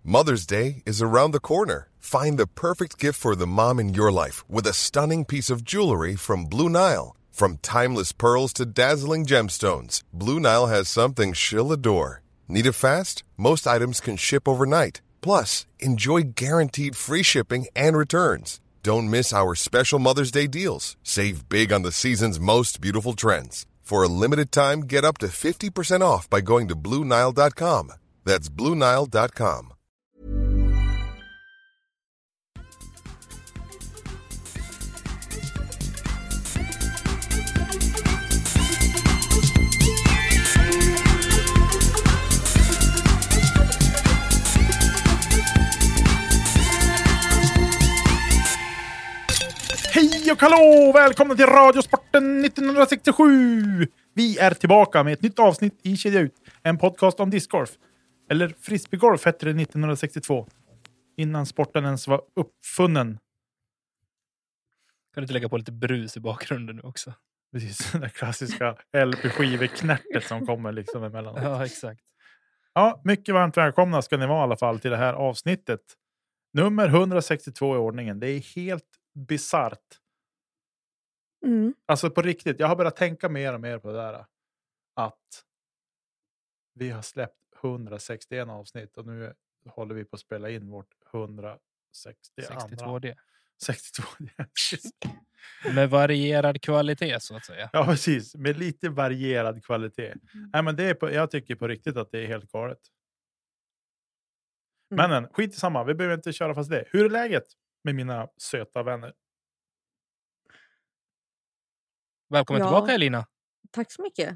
Mother's Day is around the corner. Find the perfect gift for the mom in your life with a stunning piece of jewelry from Blue Nile. From timeless pearls to dazzling gemstones, Blue Nile has something she'll adore. Need it fast? Most items can ship overnight. Plus, enjoy guaranteed free shipping and returns. Don't miss our special Mother's Day deals. Save big on the season's most beautiful trends. For a limited time, get up to 50% off by going to BlueNile.com. That's BlueNile.com. Hej och hallå! Välkomna till Radiosporten 1967! Vi är tillbaka med ett nytt avsnitt i Kedja Ut. En podcast om discgolf. Eller frisbeegolf hette det 1962. Innan sporten ens var uppfunnen. Kan du inte lägga på lite brus i bakgrunden nu också? Precis, det klassiska LP-skiveknärtet som kommer liksom emellan. Ja, exakt. Ja, mycket varmt välkomna ska ni vara i alla fall till det här avsnittet. Nummer 162 i ordningen. Det är helt bizarrt. Alltså på riktigt, jag har börjat tänka mer och mer på det där. Att vi har släppt 161 avsnitt och nu håller vi på att spela in vårt 162. 62D. Med varierad kvalitet så att säga. Ja, precis. Med lite varierad kvalitet. Nej, men det är jag tycker på riktigt att det är helt galet. Men skit i samma. Vi behöver inte köra fast det. Hur är läget med mina söta vänner? Välkommen tillbaka, Elina. Tack så mycket.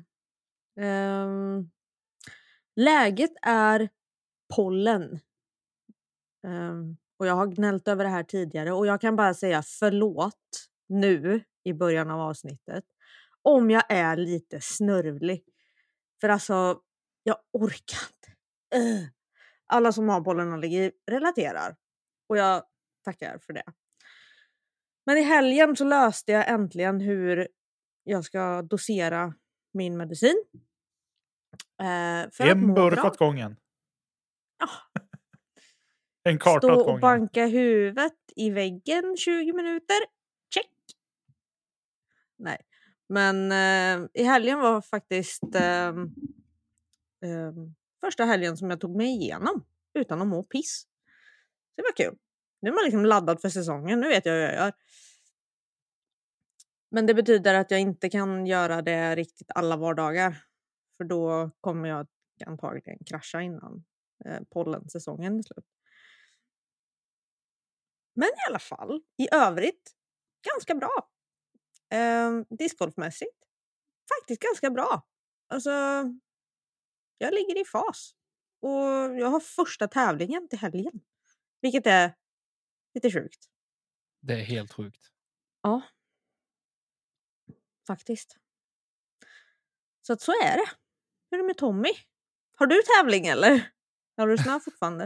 Läget är pollen. Och jag har gnällt över det här tidigare. Och jag kan bara säga förlåt nu i början av avsnittet. Om jag är lite snörvlig. För alltså, jag orkar inte. Alla som har pollenallergi relaterar. Och jag tackar för det. Men i helgen så löste jag äntligen hur jag ska dosera min medicin. För en burk åt gången. Ja. En karta åt gången. Stå gången. och banka huvudet i väggen 20 minuter. Check. Nej. Men i helgen var faktiskt första helgen som jag tog mig igenom utan att må piss. Det var kul. Nu är man liksom laddad för säsongen. Nu vet jag hur jag gör. Men det betyder att jag inte kan göra det riktigt alla vardagar. För då kommer jag antagligen krascha innan pollensäsongen är slut. Men i alla fall, i övrigt, ganska bra. Discgolfmässigt, faktiskt ganska bra. Alltså, jag ligger i fas. Och jag har första tävlingen till helgen. Vilket är lite sjukt. Det är helt sjukt. Ja. Faktiskt. Så att så är det. Hur är det med Tommy? Har du tävling eller? Har du snö fortfarande?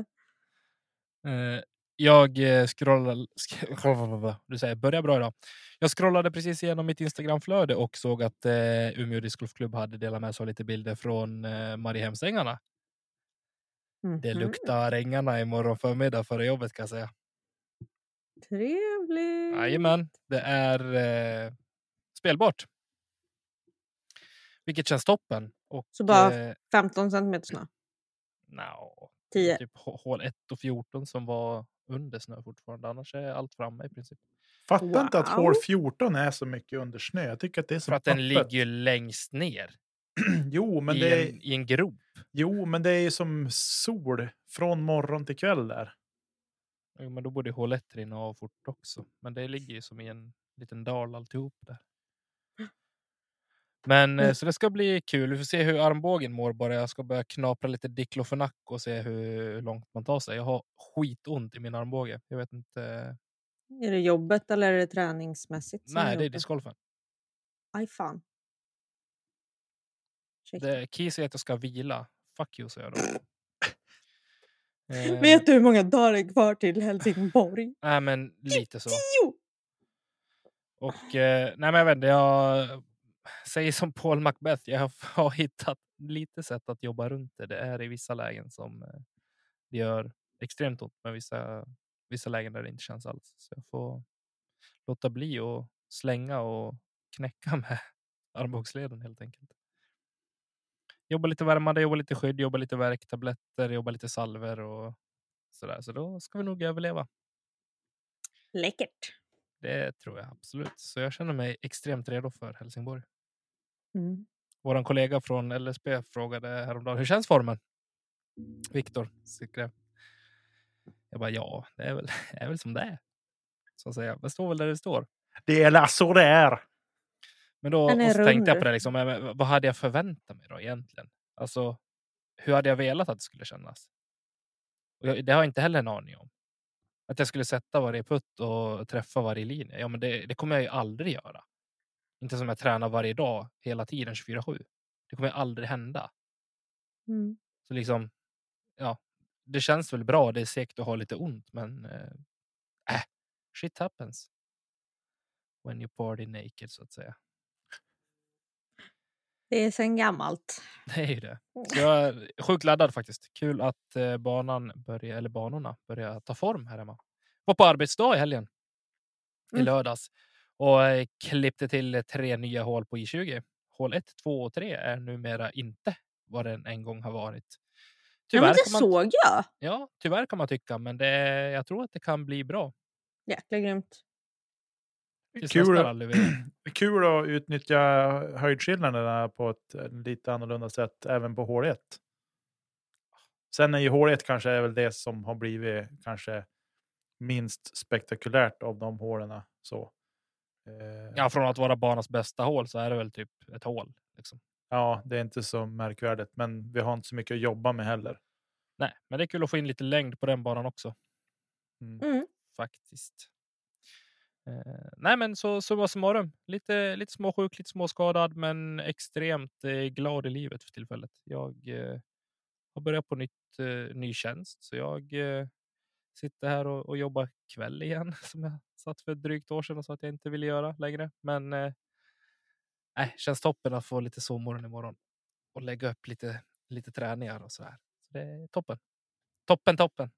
Jag scrollade... Du säger, börja bra idag. Jag scrollade precis igenom mitt Instagramflöde och såg att Umeå Discgolfklubb hade delat med sig av lite bilder från Mariehemsängarna. Det luktar ängarna imorgon förmiddag före jobbet kan jag säga. Trevligt. Jajamän, det är spelbart. Vilket känns toppen. Och, så bara 15 centimeter snö? 10. Typ hål 1 och 14 som var under snö fortfarande. Annars är allt framme i princip. Fattar inte att hål 14 är så mycket under snö. Jag tycker att det är så för att den ligger längst ner. Jo, men i en grop. Jo, men det är ju som sol från morgon till kväll där. Jo, men då borde hål 1 rinna av fort också. Men det ligger ju som i en liten dal alltihop där. Men så det ska bli kul. Vi får se hur armbågen mår bara. Jag ska börja knapra lite diklofenac och se hur långt man tar sig. Jag har skitont i min armbåge. Jag vet inte. Är det jobbet eller är det träningsmässigt? Nej, det är discgolfen. Aj fan. Key säger att jag ska vila. Fuck you, säger jag då. Vet du hur många dagar är kvar till Helsingborg? Nej, men lite så. 10! Och nej, men jag vet inte. Jag säger som Paul Macbeth. Jag har hittat lite sätt att jobba runt det. Det är i vissa lägen som det gör extremt ont med vissa lägen där det inte känns alls. Så jag får låta bli och slänga och knäcka med armbågsleden helt enkelt. Jobba lite värmande, jobba lite skydd, jobba lite värktabletter, jobba lite salver och sådär. Så då ska vi nog överleva. Läckert. Det tror jag absolut. Så jag känner mig extremt redo för Helsingborg. Mm. Vår kollega från LSB frågade häromdagen, hur känns formen? Viktor skrev. Jag bara, ja, det är väl som det är. Så att säga. Det står väl där det står. Det är så det är. Men då Den är så tänkte jag rund. på det liksom, vad hade jag förväntat mig då egentligen? Alltså, hur hade jag velat att det skulle kännas? Och det har jag inte heller en aning om. Att jag skulle sätta varje putt och träffa varje linje. Ja, men det kommer jag ju aldrig göra. Inte som jag tränar varje dag hela tiden 24/7. Det kommer ju aldrig hända. Mm. Så liksom, ja, det känns väl bra. Det är säkert att ha lite ont, men shit happens. When you party naked, så att säga. Det är sen gammalt. Det är ju det. Så jag är sjukt laddad faktiskt. Kul att banorna börjar ta form här hemma. Var på arbetsdag i helgen. I lördags. Och klippte till 3 nya hål på I20. Hål 1, 2 och 3 är numera inte vad den en gång har varit. Ja, men det kan man, såg jag. ja, tyvärr kan man tycka. Men jag tror att det kan bli bra. Jäkla grymt. Tills nästa rally. Kul att utnyttja höjdskillnaderna på ett lite annorlunda sätt även på hål 1. Sen är ju hål 1 kanske är väl det som har blivit kanske minst spektakulärt av de hålen. Så. Ja, från att vara banans bästa hål så är det väl typ ett hål. Liksom. Ja, det är inte så märkvärdigt. Men vi har inte så mycket att jobba med heller. Nej, men det är kul att få in lite längd på den banan också. Mm. Faktiskt. Nej, men så var summarum. Lite småsjuk, lite småskadad, men extremt glad i livet för tillfället. Jag har börjat på ny tjänst, så jag sitter här och jobbar kväll igen, som jag satt för ett drygt år sedan och sa att jag inte ville göra längre. Men känns toppen att få lite sovmorgon imorgon och lägga upp lite träningar och så här. Så det är toppen. Toppen.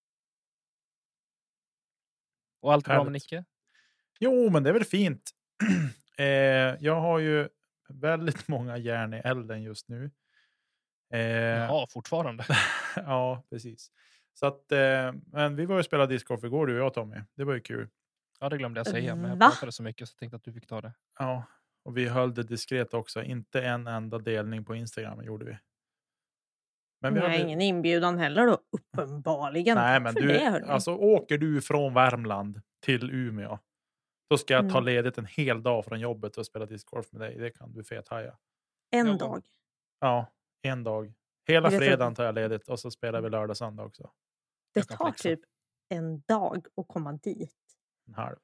Och allt bra med Nicke? Jo, men det är väl fint. Jag har ju väldigt många järn i elden just nu. Ja, fortfarande. Ja, precis. Så att, men vi var ju och spelade discgolf igår, du och jag, Tommy. Det var ju kul. Ja, det glömde jag säga, men jag Va? pratade så mycket så jag tänkte att du fick ta det. Ja, och vi höll det diskret också. Inte en enda delning på Instagram gjorde vi. Men vi Nej, ingen inbjudan heller då, uppenbarligen. Nej, men för det, alltså åker du från Värmland till Umeå, då ska jag ta ledigt en hel dag från jobbet och spela discgolf med dig. Det kan du fethaja. En dag. Ja, en dag. Hela vet fredagen att- tar jag ledigt och så spelar vi lördag söndag också. Det Jag kan tar flexa. typ en dag att komma dit. En halv.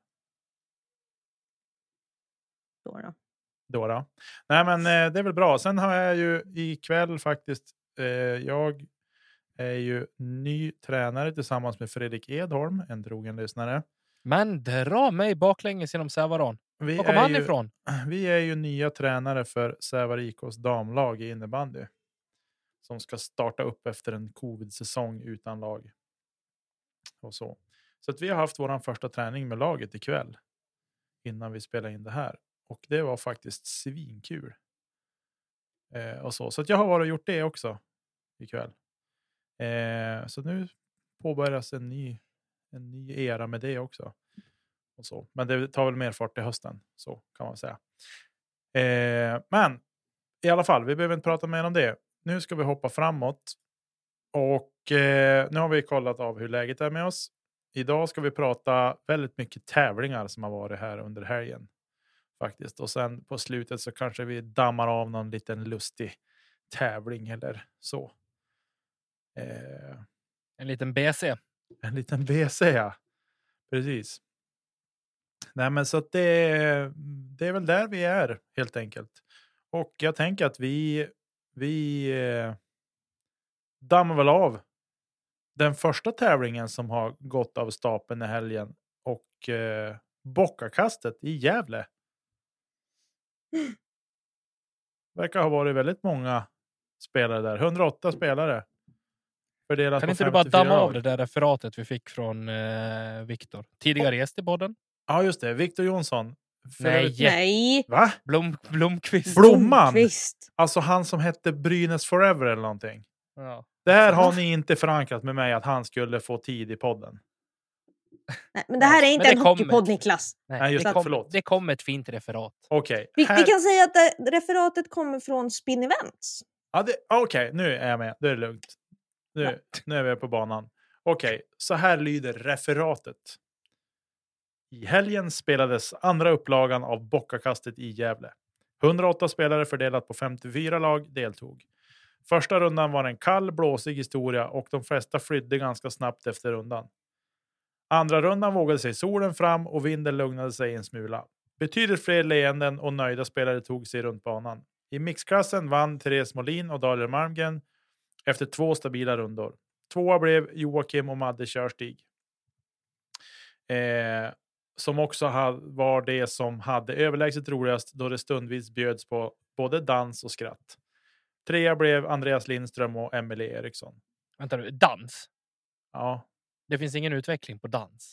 Då. Då. Nej, men det är väl bra. Sen har jag ju ikväll faktiskt, jag är ju ny tränare tillsammans med Fredrik Edholm, en trogen lyssnare. Men dra mig baklänges genom Sävaron. Vi Var kom är han ju- ifrån? Vi är ju nya tränare för Sävar IKs damlag i innebandy. Som ska starta upp efter en covid-säsong utan lag. Och så. Så att vi har haft våran första träning med laget ikväll. Innan vi spelar in det här. Och det var faktiskt svinkul. Och så att jag har varit och gjort det också ikväll. Så nu påbörjas en ny era med det också. Och så. Men det tar väl mer fart i hösten. Så kan man säga. Men i alla fall, vi behöver inte prata mer om det. Nu ska vi hoppa framåt. Och nu har vi kollat av hur läget är med oss. Idag ska vi prata väldigt mycket tävlingar som har varit här under helgen. Faktiskt. Och sen på slutet så kanske vi dammar av någon liten lustig tävling eller så. En liten BC. En liten BC, ja. Precis. Nej, men så att det är väl där vi är helt enkelt. Och jag tänker att vi dammar väl av den första tävlingen som har gått av stapeln i helgen. Och Bockakastet i Gävle. Verkar ha varit väldigt många spelare där. 108 spelare. Fördelat Kan på inte du bara 54 damma av lag. det där referatet vi fick från Viktor? Tidigare gäst i podden? Ja, just det. Viktor Jonsson. Nej. Nej. Va? Blomqvist. Blomman? Blomqvist. Alltså han som hette Brynäs Forever eller någonting. Ja. Det här har ni inte förankrat med mig att han skulle få tid i podden. Nej, men det här är Men inte det en kommer. hockeypodd, Niklas. Nej, just det, förlåt. Det kom ett fint referat. Okej. Vi Här... kan säga att referatet kommer från Spin Events. Ja, okej, nu är jag med. Det är lugnt. Nu är vi på banan. Okej, så här lyder referatet. I helgen spelades andra upplagan av Bockakastet i Gävle. 108 spelare fördelat på 54 lag deltog. Första rundan var en kall, blåsig historia och de flesta flydde ganska snabbt efter rundan. Andra rundan vågade sig solen fram och vinden lugnade sig en smula. Betydligt fler leenden och nöjda spelare tog sig runt banan. I mixklassen vann Therese Molin och Daniel Malmgren efter 2 stabila rundor. 2 blev Joakim och Madde Körstig. Som också var det som hade överlägset roligast då det stundvis bjöds på både dans och skratt. 3 blev Andreas Lindström och Emelie Eriksson. Vänta nu, dans? Ja. Det finns ingen utveckling på dans.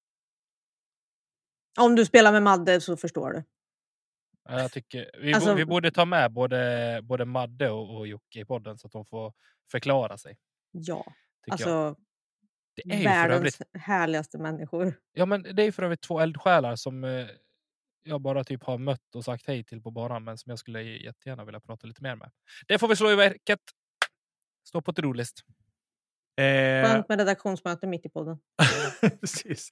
Om du spelar med Madde så förstår du. Jag tycker vi borde ta med både Madde och Jocke i podden så att de får förklara sig. Ja, Jag. Det är ju världens för övrigt, härligaste människor. ja, men det är för övrigt 2 eldsjälar som jag bara typ har mött och sagt hej till på banan, men som jag skulle jättegärna vilja prata lite mer med. Det får vi slå i verket. Stå på to-do-list. Skönt med redaktionsmöte mitt i podden. Precis.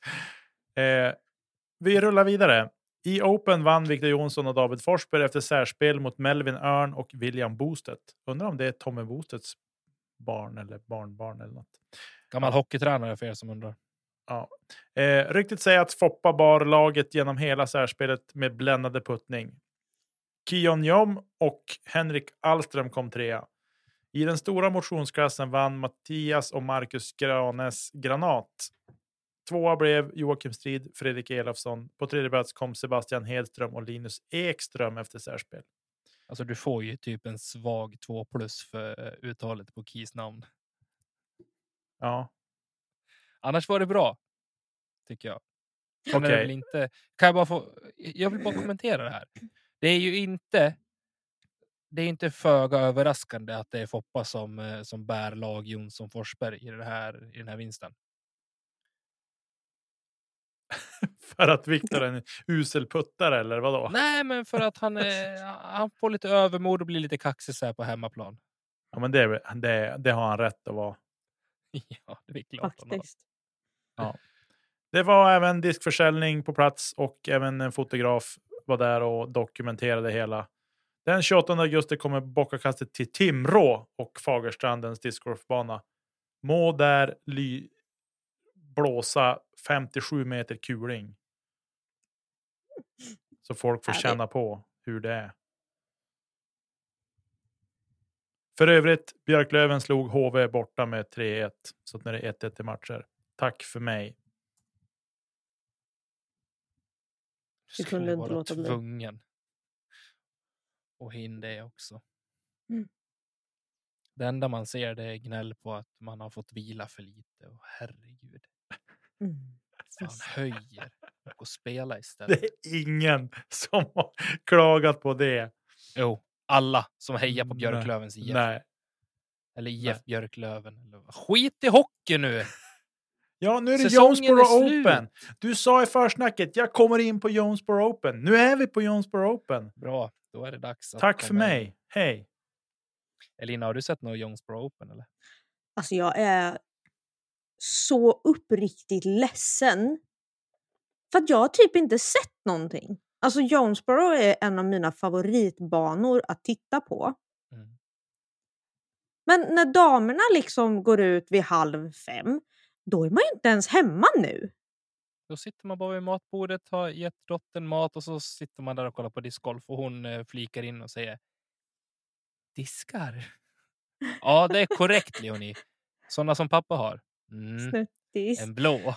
Vi rullar vidare. I Open vann Viktor Jonsson och David Forsberg efter särspel mot Melvin Örn och William Bostedt. Undrar om det är Tommy Bostedts barn eller barnbarn eller något. Gammal hockeytränare för er som undrar. Ja. Ryktet säger att Foppa bar laget genom hela särspelet med bländande puttning. Kion Jom och Henrik Alström kom 3. I den stora motionsklassen vann Mattias och Marcus Granes Granat. 2 blev Joakim Strid, Fredrik Elofsson. På 3:e plats kom Sebastian Hedström och Linus Ekström efter särspel. Alltså du får ju typ en svag 2+ för uttalet på Kis namn. Ja. Annars var det bra, tycker jag. Okej. Inte, jag vill bara kommentera det här. Det är ju inte föga överraskande att det är Foppa som bär lag Jonsson Forsberg i den här vinsten. För att Viktor är en usel puttare eller vadå? Nej, men för att han får lite övermod och blir lite kaxig så här på hemmaplan. Ja, men det har han rätt att vara. Ja, det är klart. Faktiskt. Ja. Det var även diskförsäljning på plats och även en fotograf var där och dokumenterade hela. Den 28 augusti kommer Bockakastet till Timrå och Fagerstrandens discgolfbana. Må där blåsa 57 meter kuling. Så folk får känna på hur det är. För övrigt, Björklöven slog HV borta med 3-1. Så att när det är 1-1 i matcher. Tack för mig. Du kunde inte låta bli. Tvungen. Och hin det också. Mm. Det enda man ser det är gnäll på att man har fått vila för lite. Och herregud. Mm. Fan höjer och spela istället. Det är ingen som har klagat på det. Jo, alla som hejar på Björklövens IF. Nej. Eller IF Björklöven. Skit i hockey nu! Ja, nu är det Säsongen Jonesboro är slut. Open. Du sa i försnacket, jag kommer in på Jonesboro Open. Nu är vi på Jonesboro Open. Bra, då är det dags. Tack för mig. In. Hej. Elina, har du sett någon Jonesboro Open eller? Alltså jag är så uppriktigt ledsen. För att jag har typ inte sett någonting. Alltså Jonesboro är en av mina favoritbanor att titta på. Mm. Men när damerna liksom går ut vid 4:30, då är man ju inte ens hemma nu. Då sitter man bara vid matbordet, har gett dottern mat och så sitter man där och kollar på discgolf och hon flikar in och säger diskar. Ja, det är korrekt, Leonie. Sådana som pappa har. Snuttis. En blå.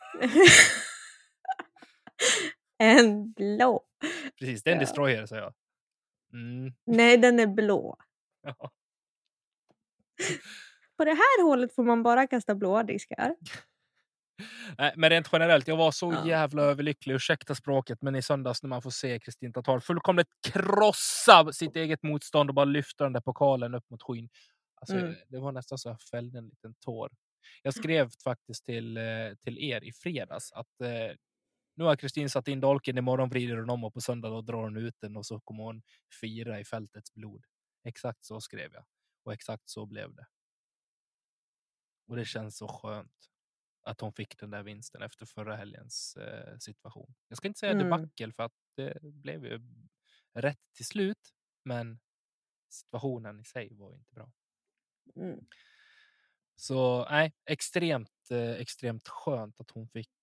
En blå. Precis, det är en destroyer, säger jag. Nej, den är blå. Ja. på det här hålet får man bara kasta blåa diskar. Nej, men rent generellt, jag var så Ja. jävla överlycklig, ursäkta språket, men i söndags när man får se Kristin Tatar fullkomligt krossa sitt eget motstånd och bara lyfta den där pokalen upp mot skyn. Alltså, det var nästan så jag fällde en liten tår. Jag skrev faktiskt till er i fredags att nu har Kristin satt in dolken, imorgon vrider hon om och på söndag då drar hon ut den och så kommer hon fira i fältets blod. Exakt så skrev jag. Och exakt så blev det. Och det känns så skönt att hon fick den där vinsten efter förra helgens situation. Jag ska inte säga debacle för att det blev ju rätt till slut. Men situationen i sig var inte bra. Så nej, extremt skönt att hon fick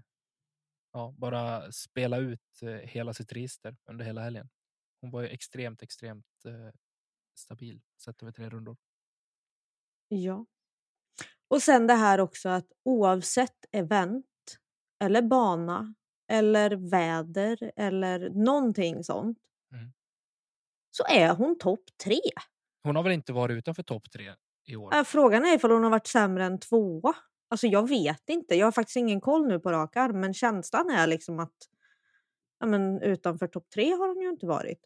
bara spela ut hela sitt register under hela helgen. Hon var ju extremt stabil sett över 3 rundor. Ja. Och sen det här också att oavsett event eller bana eller väder eller någonting sånt så är hon topp 3. Hon har väl inte varit utanför topp 3 i år? Frågan är ifall hon har varit sämre än 2. Alltså jag vet inte. Jag har faktiskt ingen koll nu på rak arm. Men känslan är liksom att utanför topp 3 har hon ju inte varit.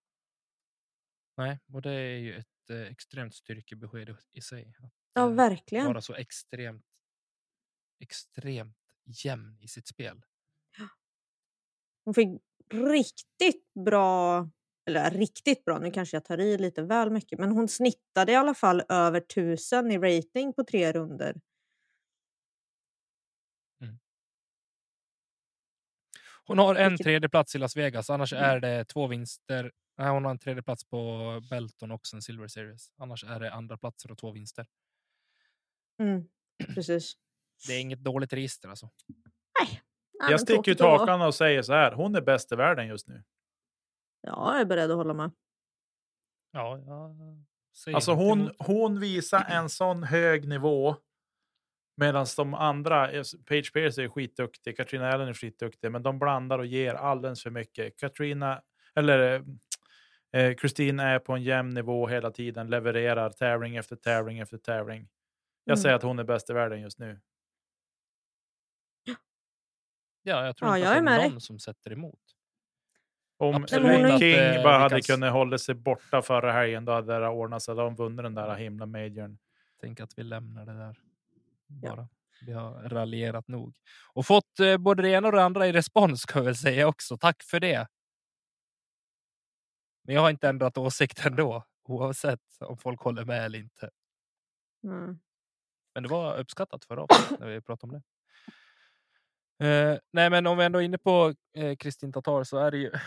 Nej, och det är ju ett extremt styrkebesked i sig. Ja, verkligen. Vara så extremt jämn i sitt spel. Hon fick riktigt bra, nu kanske jag tar i lite väl mycket, men hon snittade i alla fall över 1000 i rating på 3 runder. Hon har en tredje plats i Las Vegas, annars är det 2 vinster. Nej, hon har en tredje plats på Belton också, en Silver Series. Annars är det andra platser och 2 vinster. Precis. Det är inget dåligt register alltså. Nej. Jag sticker ut hakan och säger så här. Hon är bäst i världen just nu. Ja, jag är beredd att hålla med. Ja, alltså hon visar en sån hög nivå. Medan de andra, Paige Pierce är skitduktig, Katrina Allen är skitduktig, men de blandar och ger alldeles för mycket. Christine är på en jämn nivå hela tiden, levererar tävling efter tävling efter tävling. Jag säger att hon är bäst i världen just nu. Ja, jag tror inte att det är någon som sätter emot. Om Ray King bara hade kunnat hålla sig borta förra helgen, då hade det ordnat sig. De vunnit den där himla majorn. Tänk att vi lämnar det där. Bara. Vi har raljerat nog. Och fått både det ena och det andra i respons, ska jag väl säga också. Tack för det. Men jag har inte ändrat åsikt ändå. Oavsett om folk håller med eller inte. Men det var uppskattat förra året när vi pratade om det. Nej, men om vi ändå är inne på Kristin Tatar så är det ju...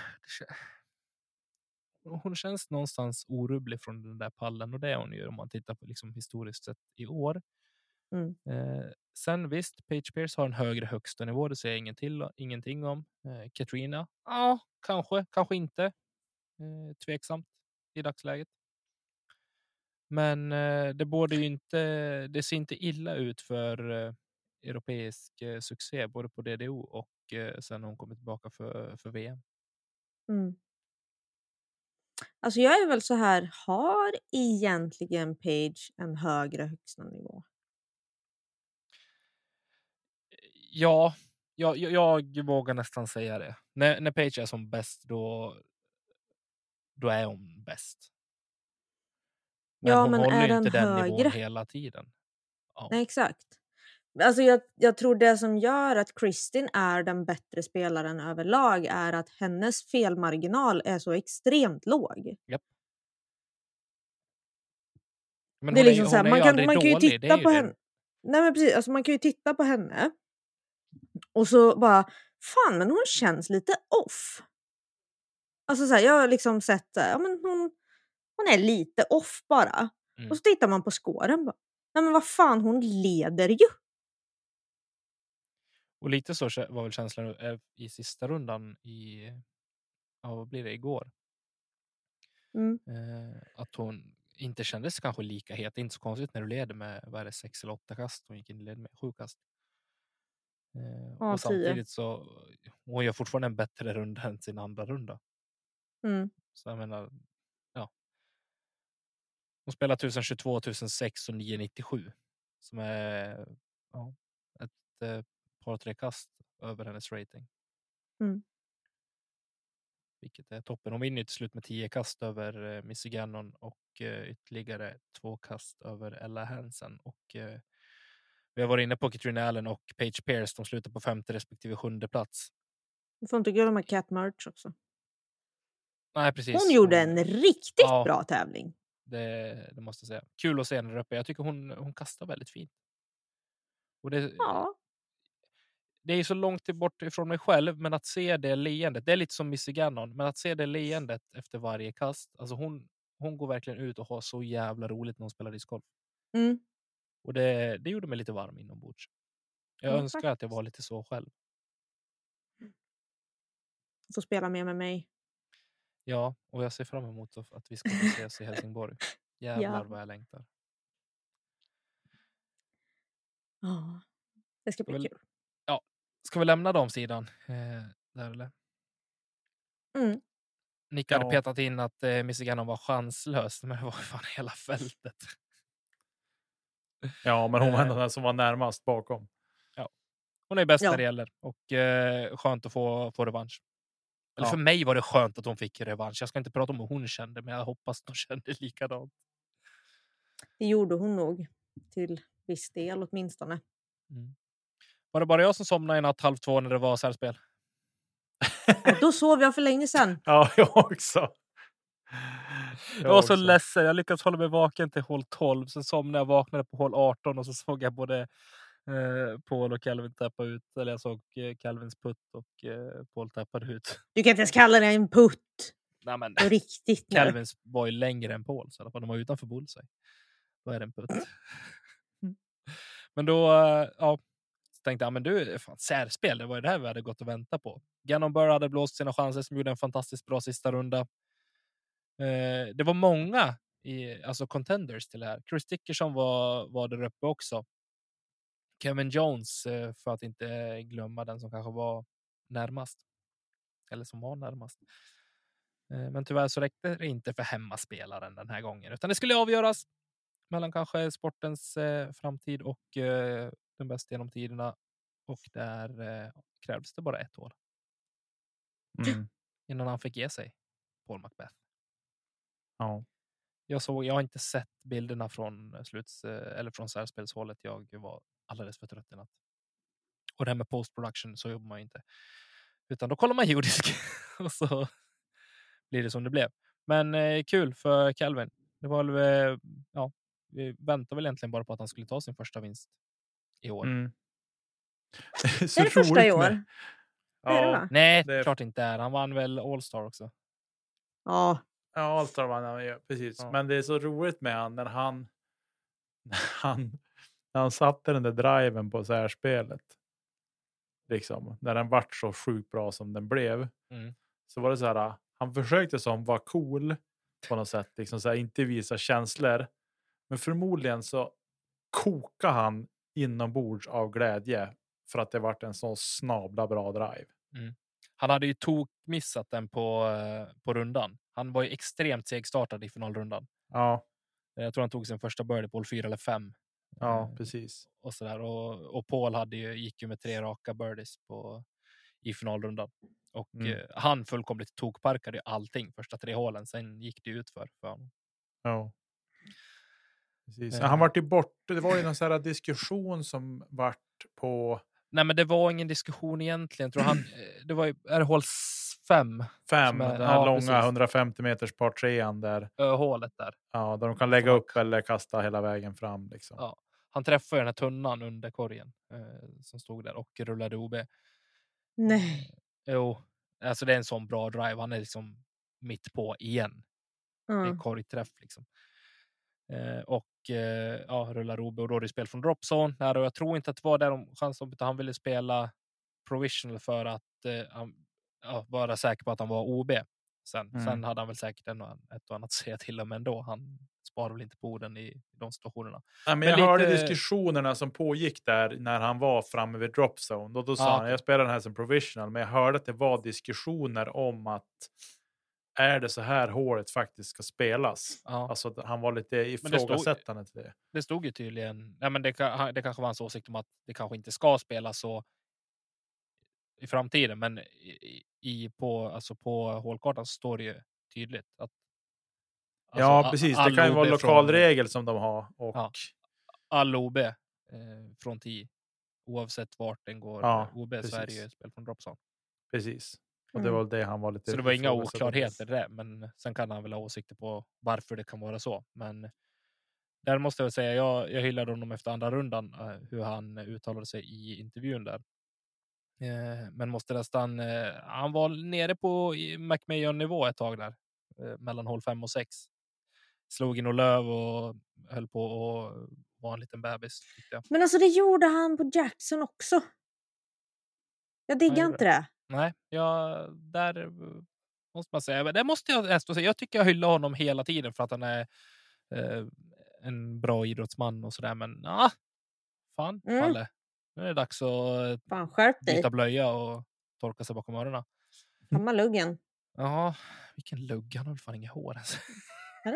Hon känns någonstans orubblig från den där pallen. Och det är hon ju om man tittar på liksom historiskt sett i år. Sen visst, Paige Pierce har en högre högsta nivå. Det säger ingenting om. Katrina? Ja, kanske inte. Tveksamt i dagsläget. Men det ser inte illa ut för europeisk succé både på DDO och sen hon kommer tillbaka för VM. Alltså jag är väl så här, har egentligen Paige en högre högsta nivå? Ja, jag vågar nästan säga det. När Paige är som bäst, då är hon bäst. Men hon håller ju inte den nivån hela tiden. Ja. Nej, exakt. Alltså jag tror det som gör att Kristin är den bättre spelaren överlag är att hennes felmarginal är så extremt låg. Japp. Men det är liksom så här, man kan ju titta på henne. Nej men precis, alltså man kan ju titta på henne och så bara, fan men hon känns lite off. Alltså så här, jag har liksom sett, ja men hon är lite off bara. Och så tittar man på scoren bara, nej men vad fan, hon leder ju. Och lite så var väl känslan i sista rundan vad blir det, igår? Att hon inte kändes kanske lika het. Det är inte så konstigt när du leder med 6 eller 8 kast. Hon gick in i led med 7 kast. Och samtidigt så hon gör fortfarande en bättre runda än sin andra runda. Så jag menar, ja. Hon spelar 1022, 1006 och 997. Som är ett par 3 kast över hennes rating. Mm. Vilket är toppen. Hon vinner till slut med 10 kast över Missy Gannon och ytterligare 2 kast över Ella Hansen. Och vi har varit inne på Katrina Allen och Paige Pierce. De slutar på 5:e respektive 7:e plats. Du får inte glömma Cat Merch också. Nej, precis. Hon gjorde en riktigt bra tävling. Det måste jag säga. Kul att se henne där uppe. Jag tycker hon kastar väldigt fint. Och det är så långt bort ifrån mig själv, men att se det leendet, det är lite som Missy Gannon, men att se det leendet efter varje kast, alltså hon går verkligen ut och har så jävla roligt när hon spelar discgolf. Mm. Och det gjorde mig lite varm inombords. Jag önskar faktiskt. att jag var lite så själv. Du får spela med mig. Ja, och jag ser fram emot att vi ska få ses i Helsingborg. Jävlar Ja. vad jag längtar. Ja, det ska bli kul. Ja, ska vi lämna dem sidan? Där eller? Mm. Nick hade petat in att Missy Gannon var chanslös, men det var fan hela fältet. Ja, men hon var ändå den som var närmast bakom. Ja. Hon är bäst när det gäller. Och skönt att få revansch. Eller för mig var det skönt att hon fick revansch. Jag ska inte prata om hur hon kände, men jag hoppas att hon kände likadant. Det gjorde hon nog. Till viss del åtminstone. Mm. Var det bara jag som somnade i natt 1:30 när det var särspel? Ja, då sov jag för länge sedan. Ja, jag också. Jag var så ledsen. Jag lyckades hålla mig vaken till hål 12. Sen somnade jag, vaknade på hål 18 och så såg jag både Paul och Calvin tappa ut. Eller jag såg Calvins putt och Paul tappade ut. Du kan inte ens kalla det en putt. Nej, men på riktigt nu. Calvins var ju längre än Paul, så i alla fall de var utanför bullseye. Då är det en putt. Men då så tänkte jag, men du, fan, särspel, det var ju det här vi hade gått och vänta på. Gannon Burr hade blåst sina chanser, som gjorde en fantastiskt bra sista runda. Det var många alltså contenders till det här. Chris Dickerson var där uppe också. Kevin Jones, för att inte glömma den som kanske var närmast. Eller som var närmast. Men tyvärr så räckte det inte för hemmaspelaren den här gången. Utan det skulle avgöras mellan kanske sportens framtid och den bästa genom tiderna. Och där krävdes det bara ett år. Innan han fick ge sig, Paul Macbeth. Ja. Jag har inte sett bilderna från eller från särspelshållet. Jag var alldeles för trött i natt. Och det här med post-production så jobbar man inte. Utan då kollar man jordisk. Och så blir det som det blev. Men kul för Calvin. Det var vi väntade väl egentligen bara på att han skulle ta sin första vinst i år. Det är det första i år? Ja. Nej, det är klart inte är. Han vann väl All-Star också. Ja. Ja, All-Star vann han, precis. Ja. Men det är så roligt med han när han satte den där driven på särspelet. Liksom, när den vart så sjukt bra som den blev. Så var det så här, han försökte som var cool på något sätt, liksom så här, inte visa känslor. Men förmodligen så kokade han inombords av glädje för att det vart en så snabla bra drive. Han hade ju missat den på rundan. Han var ju extremt segstartad i finalrundan. Ja. Jag tror han tog sin första birdie på 4 eller 5. Ja, precis. Och sådär. Och Paul gick ju med 3 raka birdies i finalrundan. Och han fullkomligt tokparkade allting första 3 hålen. Sen gick det ut för honom. Ja. Precis. Han vart ju bort. Det var ju någon sån här diskussion som vart på... Nej, men det var ingen diskussion egentligen. Tror han, det var ju hål 5. 5, den här långa precis. 150 meters par 3an där. Hålet där. Ja, där de kan lägga upp eller kasta hela vägen fram. Liksom. Ja. Han träffade den här tunnan under korgen som stod där och rullade OB. Nej. Jo, alltså det är en sån bra drive. Han är liksom mitt på igen. Det är korgträff liksom. Rullar OB och då är det spel från dropzone. Och jag tror inte att det var där de chansade, utan han ville spela provisional för att vara säker på att han var OB. Sen hade han väl säkert ett och annat att säga till om ändå. Han sparar väl inte på orden i de situationerna. Ja, men jag hörde diskussionerna som pågick där när han var framme vid dropzone. Då sa han, jag spelar den här som provisional, men jag hörde att det var diskussioner om att är det så här hålet faktiskt ska spelas? Ja. Alltså att han var lite det stod- ifrågasättande till det. Det stod ju tydligen, nej men det kanske var hans åsikt om att det kanske inte ska spelas så i framtiden, men på hålkartan så står det ju tydligt att Ja, precis. Det kan ju vara lokalregel som de har. Och Ja. all OB från 10, oavsett vart den går OB, så är det ju spel från Dropzone. Precis. Och det var det han var lite... Så det var inga oklarheter där, men sen kan han väl ha åsikter på varför det kan vara så. Men där måste jag säga, jag hyllade honom efter andra rundan, hur han uttalade sig i intervjun där. Men måste nästan, han var nere på McMahon-nivå ett tag där, mellan hål 5 och 6. Slog in och löv och höll på och var en liten bebis, tyckte jag. Men alltså det gjorde han på Jackson också. Jag diggar inte det. Nej, där måste man säga. Men det måste jag nästan säga. Jag tycker jag hyllar honom hela tiden för att han är en bra idrottsman och sådär. Men fan, Palle. Nu är det dags att byta blöja och torka sig bakom öronen. Kamma luggen. Ja, vilken lugg. Han har fan inga hår ens. Är det?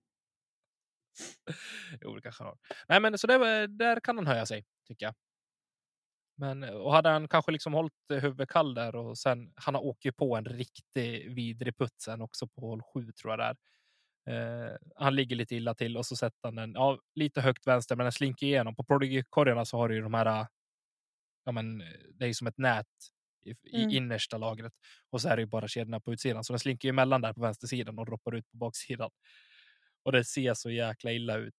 Jo, det kanske han har. Nej, men så där kan han höja sig, tycker jag. Men, och hade han kanske liksom hållit huvudet kall där och sen, han har åkt ju på en riktig vidrig putt sen också på hål 7 tror jag där. Han ligger lite illa till och så sätter han den lite högt vänster, men den slinker igenom. På Prodigy-korgarna så har du ju de här, det är ju som ett nät i innersta lagret. Och så är det ju bara kedjorna på utsidan. Så den slinker emellan där på vänstersidan och droppar ut på baksidan. Och det ser så jäkla illa ut.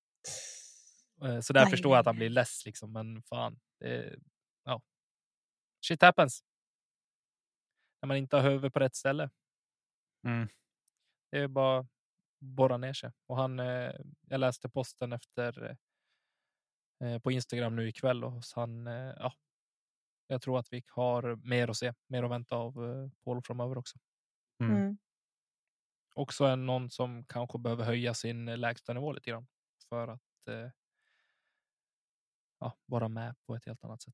Så där förstår jag att han blir less liksom. Men fan, shit happens. När man inte har huvudet på rätt ställe. Det är bara borra ner sig. Och jag läste posten efter på Instagram nu ikväll. Och så jag tror att vi har mer att se. Mer att vänta av Paul framöver också. Också någon som kanske behöver höja sin lägsta nivå lite grann. För att vara med på ett helt annat sätt.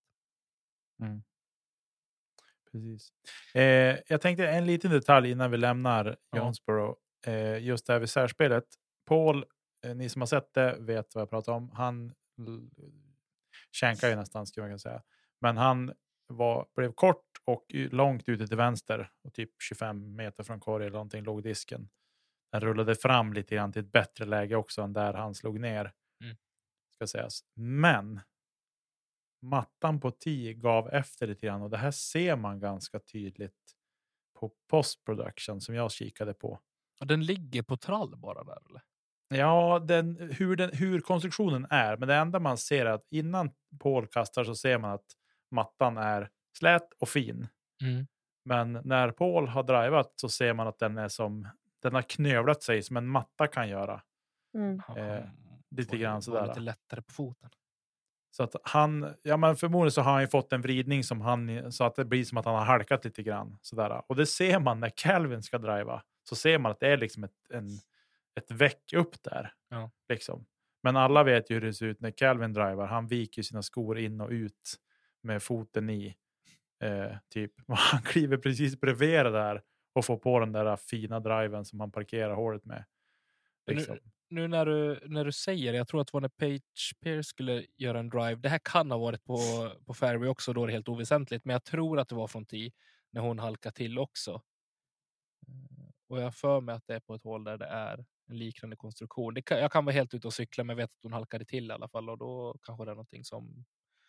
Precis. Jag tänkte en liten detalj innan vi lämnar Jonesboro. Just det här vid särspelet. Paul, ni som har sett det vet vad jag pratar om. Han känkar ju nästan, skulle man kunna säga. Men han blev kort och långt ute till vänster. Och typ 25 meter från korg eller någonting låg disken. Den rullade fram lite grann till ett bättre läge också än där han slog ner. Ska sägas. Men mattan på 10 gav efter lite grann. Och det här ser man ganska tydligt på post-production som jag kikade på. Och den ligger på trall bara där, eller? Ja, hur konstruktionen är. Men det enda man ser är att innan Paul kastar så ser man att mattan är slät och fin. Men när Paul har drivat så ser man att den har knövlat sig som en matta kan göra. Lite grann sådär. Lite lättare på foten. Så att men förmodligen så har han ju fått en vridning så att det blir som att han har halkat lite grann. Sådär. Och det ser man när Calvin ska driva. Så ser man att det är liksom ett väck upp där. Ja. Liksom. Men alla vet ju hur det ser ut när Calvin drivar. Han viker sina skor in och ut med foten i. Typ. Och han kliver precis bredvid där och får på den där fina driven som han parkerar håret med. Liksom. Nu när du säger, jag tror att det var när Paige Pierce skulle göra en drive. Det här kan ha varit på fairway också, då är det helt oväsentligt. Men jag tror att det var från 10 när hon halkar till också. Och jag för mig att det är på ett hål där det är en liknande konstruktion. Jag kan vara helt ute och cykla, men jag vet att hon halkade till i alla fall. Och då kanske det är någonting som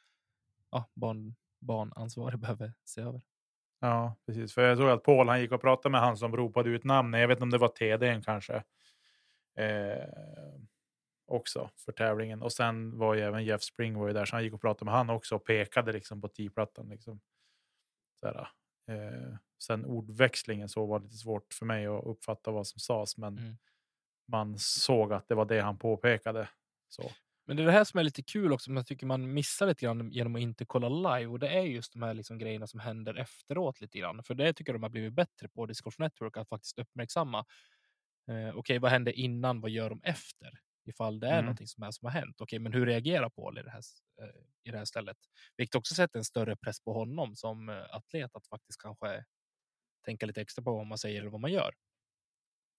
barnansvarig behöver se över. Ja, precis. För jag tror att Paul, han gick och pratade med han som ropade ut namnet. Jag vet inte om det var TD:n kanske. Också för tävlingen. Och sen var ju även Jeff Spring var ju där. Så han gick och pratade med han också och pekade liksom på T-plattan. Liksom. Sen ordväxlingen så var det lite svårt för mig att uppfatta vad som sades. Men man såg att det var det han påpekade. Så. Men det är det här som är lite kul också. Men jag tycker man missar lite grann genom att inte kolla live. Och det är just de här liksom grejerna som händer efteråt lite grann. För det tycker jag de har blivit bättre på Disc Golf Network. Att faktiskt uppmärksamma. Okej, vad hände innan? Vad gör de efter? Ifall det är någonting som har hänt. Okej, men hur reagerar Paul i det här stället? Vilket också sätter en större press på honom som atlet. Att faktiskt kanske tänka lite extra på vad man säger eller vad man gör.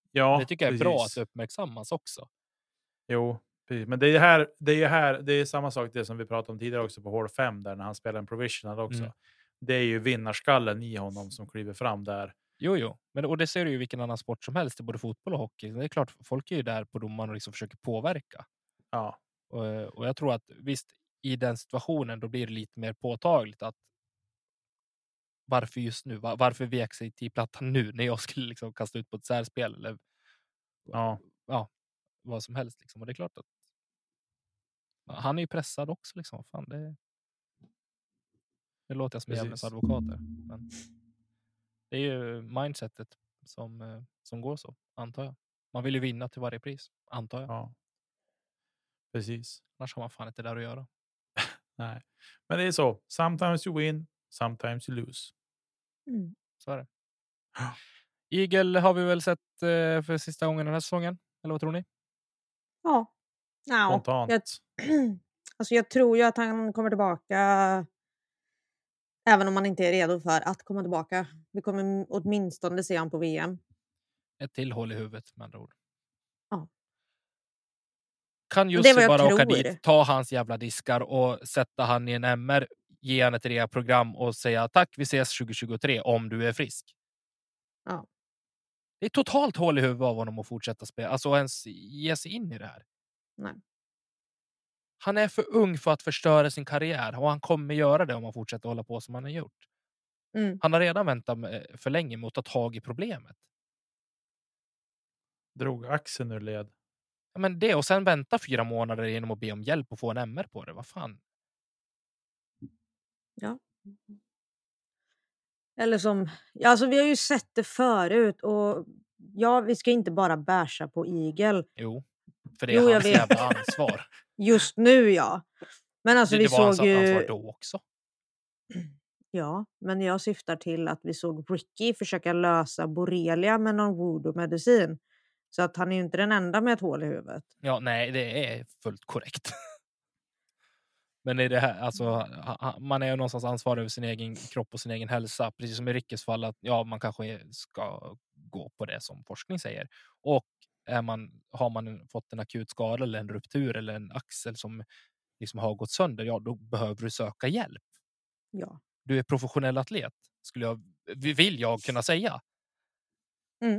Ja, Det tycker jag är bra precis. att uppmärksammas också. Jo, precis. Men det är samma sak det som vi pratade om tidigare också på Hall 5 där när han spelar en provisional också. Mm. Det är ju vinnarskallen i honom som kliver fram där. Jo. Men, och det ser du ju i vilken annan sport som helst, i både fotboll och hockey. Det är klart, folk är ju där på domaren och liksom försöker påverka. Ja, Och jag tror att visst, i den situationen då blir det lite mer påtagligt att varför just nu? Varför vek sig till plattan nu när jag skulle liksom kasta ut på ett särspel eller ja. vad som helst liksom. Och det är klart att han är ju pressad också liksom. Fan, det låter jag som djävulens advokater. Men det är ju mindsetet som går så, antar jag. Man vill ju vinna till varje pris, antar jag. Ja. Precis. Annars har man fan inte där att göra. Nej. Men det är så. Sometimes you win, sometimes you lose. Mm. Så är det. Eagle har vi väl sett för sista gången den här säsongen? Eller vad tror ni? Ja. Spontant. Jag tror ju att han kommer tillbaka. Även om man inte är redo för att komma tillbaka. Vi kommer åtminstone se han på VM. Ett till hål i huvudet med andra ord. Ja. Kan Det är vad Jussi jag bara åka tror. dit, ta hans jävla diskar och sätta han i en MR, ge han ett reha-program och säga tack, vi ses 2023 om du är frisk. Ja. Det är totalt hål i huvudet av honom att fortsätta spela. Alltså ens ge sig in i det här. Nej. Han är för ung för att förstöra sin karriär och han kommer göra det om han fortsätter hålla på som han har gjort. Mm. Han har redan väntat för länge med att ta tag i problemet. Drog axeln ur led. Ja, men det och sen vänta 4 månader genom att be om hjälp och få en MR på det. Vad fan? Ja. Eller som, alltså vi har ju sett det förut och ja, vi ska inte bara basha på Eagle. Jo, för det är hans jävla ansvar. Just nu, ja. Men alltså det vi var såg hans ju... ansvar då också. Ja, men jag syftar till att vi såg Ricky försöka lösa borrelia med någon voodoo-medicin. Så att han är ju inte den enda med ett hål i huvudet. Ja, nej, det är fullt korrekt. Men i det här, alltså, man är ju någonstans ansvarig över sin egen kropp och sin egen hälsa. Precis som i Rickes fall, att ja, man kanske ska gå på det som forskning säger. Och har man fått en akut skada eller en ruptur eller en axel som liksom har gått sönder, ja, då behöver du söka hjälp. Ja. Du är professionell atlet, vill jag kunna säga. Mm.